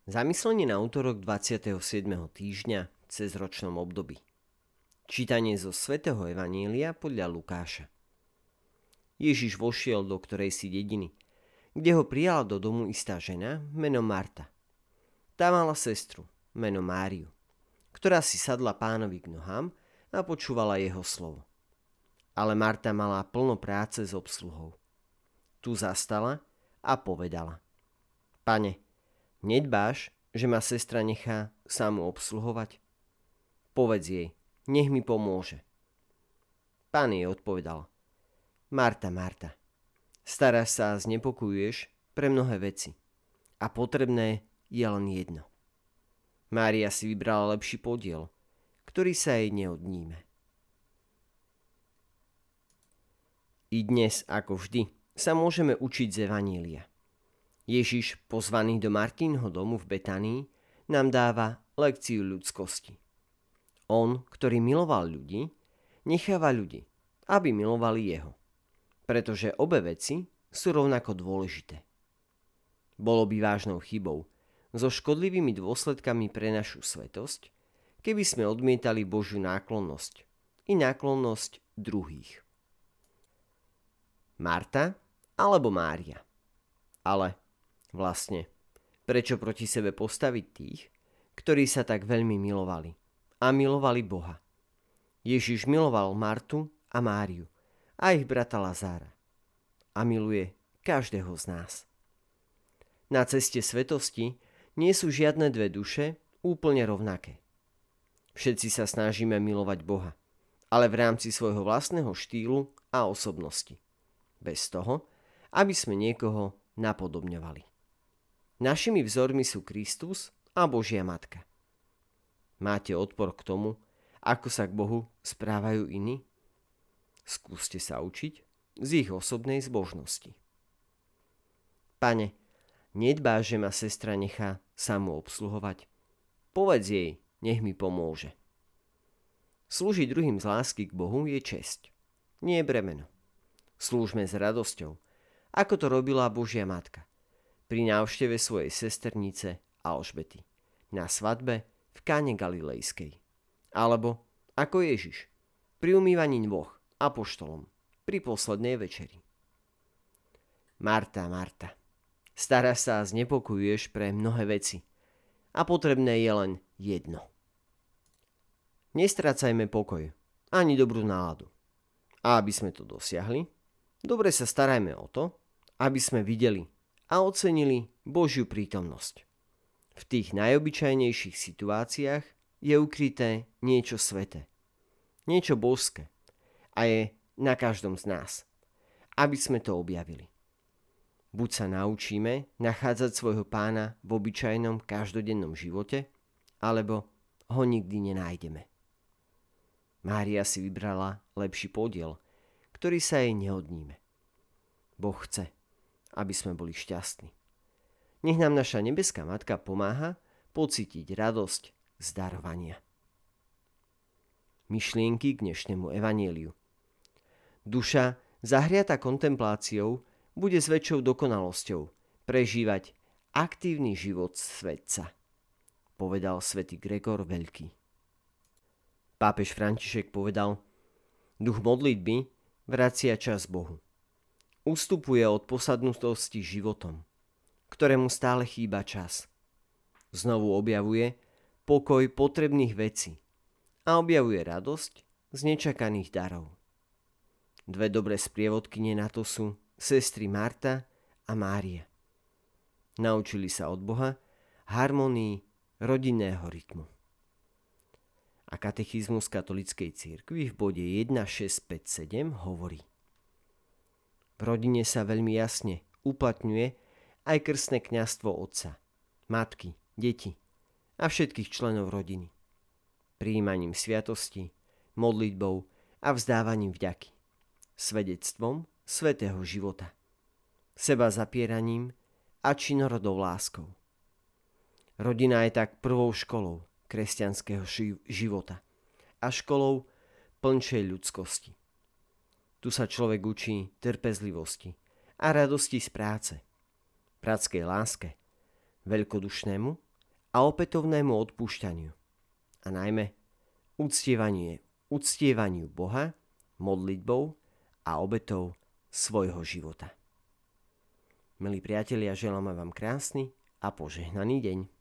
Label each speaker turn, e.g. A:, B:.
A: Zamyslenie na útorok 27. týždňa v cezročnom období. Čítanie zo svätého Evanília podľa Lukáša. Ježiš vošiel do ktorejsi dediny, kde ho prijala do domu istá žena menom Marta. Tá mala sestru menom Máriu, ktorá si sadla Pánovi k nohám a počúvala jeho slovo. Ale Marta mala plno práce s obsluhou. Tu zastala a povedala: Pane, nedbáš, že ma sestra nechá samu obsluhovať? Povedz jej, nech mi pomôže. Pán jej odpovedal: Marta, Marta, staráš sa a znepokojuješ pre mnohé veci a potrebné je len jedno. Mária si vybrala lepší podiel, ktorý sa jej neodníme. I dnes, ako vždy, sa môžeme učiť z Evanília. Ježiš, pozvaný do Martínho domu v Betánii, nám dáva lekciu ľudskosti. On, ktorý miloval ľudí, necháva ľudí, aby milovali jeho, pretože obe veci sú rovnako dôležité. Bolo by vážnou chybou, so škodlivými dôsledkami pre našu svetosť, keby sme odmietali Božiu náklonnosť i náklonnosť druhých. Marta alebo Mária? Ale vlastne, prečo proti sebe postaviť tých, ktorí sa tak veľmi milovali a milovali Boha? Ježiš miloval Martu a Máriu a ich brata Lazára a miluje každého z nás. Na ceste svetosti nie sú žiadne dve duše úplne rovnaké. Všetci sa snažíme milovať Boha, ale v rámci svojho vlastného štýlu a osobnosti. Bez toho, aby sme niekoho napodobňovali. Našimi vzormi sú Kristus a Božia Matka. Máte odpor k tomu, ako sa k Bohu správajú iní? Skúste sa učiť z ich osobnej zbožnosti. Pane, nedbáš, že ma sestra nechá samu obsluhovať? Povedz jej, nech mi pomôže. Slúžiť druhým z lásky k Bohu je česť, nie je bremeno. Slúžme s radosťou, ako to robila Božia Matka pri návšteve svojej sesternice Alžbety na svadbe v Káne Galilejskej. Alebo ako Ježiš pri umývaní nôh apoštolom pri poslednej večeri. Marta, Marta, staráš sa a znepokojuješ pre mnohé veci a potrebné je len jedno. Nestrácajme pokoj ani dobrú náladu. A aby sme to dosiahli, dobre sa starajme o to, aby sme videli a ocenili Božiu prítomnosť. V tých najobyčajnejších situáciách je ukryté niečo sväté, niečo božské a je na každom z nás, aby sme to objavili. Buď sa naučíme nachádzať svojho Pána v obyčajnom každodennom živote, alebo ho nikdy nenájdeme. Mária si vybrala lepší podiel, ktorý sa jej neodníme. Boh chce, aby sme boli šťastní. Nech nám naša nebeská Matka pomáha pocítiť radosť z darovania. Myšlienky k dnešnému evaníliu. Duša, zahriata kontempláciou, bude s väčšou dokonalosťou prežívať aktívny život svetca, povedal svätý Gregor Veľký. Pápež František povedal: Duch modlitby vracia čas Bohu. Ustupuje od posadnutosti životom, ktorému stále chýba čas. Znovu objavuje pokoj potrebných vecí a objavuje radosť z nečakaných darov. Dve dobré sprievodkyne na to sú sestry Marta a Mária. Naučili sa od Boha harmonii rodinného rytmu. A katechizmus katolíckej cirkvi v bode 1657 hovorí: v rodine sa veľmi jasne uplatňuje aj krstné kňazstvo otca, matky, detí a všetkých členov rodiny. Prijímaním sviatosti, modlitbou a vzdávaním vďaky. Svedectvom svätého života. Seba zapieraním a činorodou láskou. Rodina je tak prvou školou kresťanského života a školou plnšej ľudskosti. Tu sa človek učí trpezlivosti a radosti z práce, bratskej láske, veľkodušnému a opätovnému odpúšťaniu. A najmä uctievaniu Boha, modlitbou a obetou svojho života. Milí priatelia, želáme vám krásny a požehnaný deň.